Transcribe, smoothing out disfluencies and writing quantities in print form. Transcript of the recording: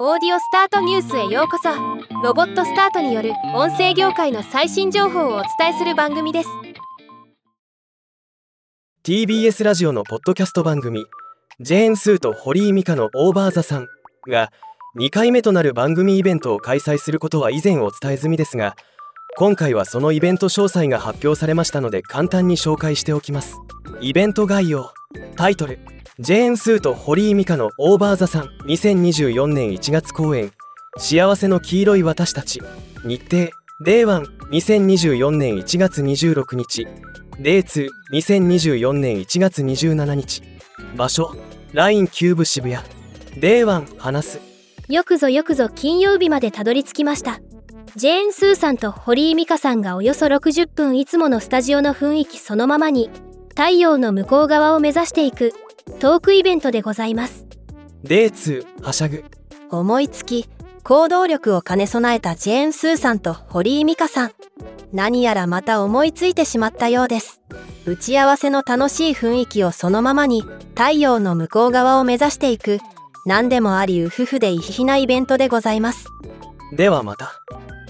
オーディオスタートニュースへようこそ。ロボットスタートによる音声業界の最新情報をお伝えする番組です。 TBS ラジオのポッドキャスト番組ジェーン・スーと堀井美香のオーバーザさんが2回目となる番組イベントを開催することは以前お伝え済みですが、今回はそのイベント詳細が発表されましたので簡単に紹介しておきます。イベント概要。タイトル、ジェーン・スーと堀井美香のオーバーザさん2024年1月公演、幸せの黄色い私たち。日程、Day 1 2024年1月26日、Day 2 2024年1月27日。場所、LINE キューブ渋谷。Day 1話す。 よくぞ金曜日までたどり着きました。ジェーン・スーさんと堀井美香さんがおよそ60分いつものスタジオの雰囲気そのままに太陽の向こう側を目指していくトークイベントでございます。 Day 2はしゃぐ。 思いつき行動力を兼ね備えたジェーン・スーさんと堀井美香さん、何やらまた思いついてしまったようです。打ち合わせの楽しい雰囲気をそのままに太陽の向こう側を目指していく、何でもありうふふでいひひなイベントでございます。 ではまた。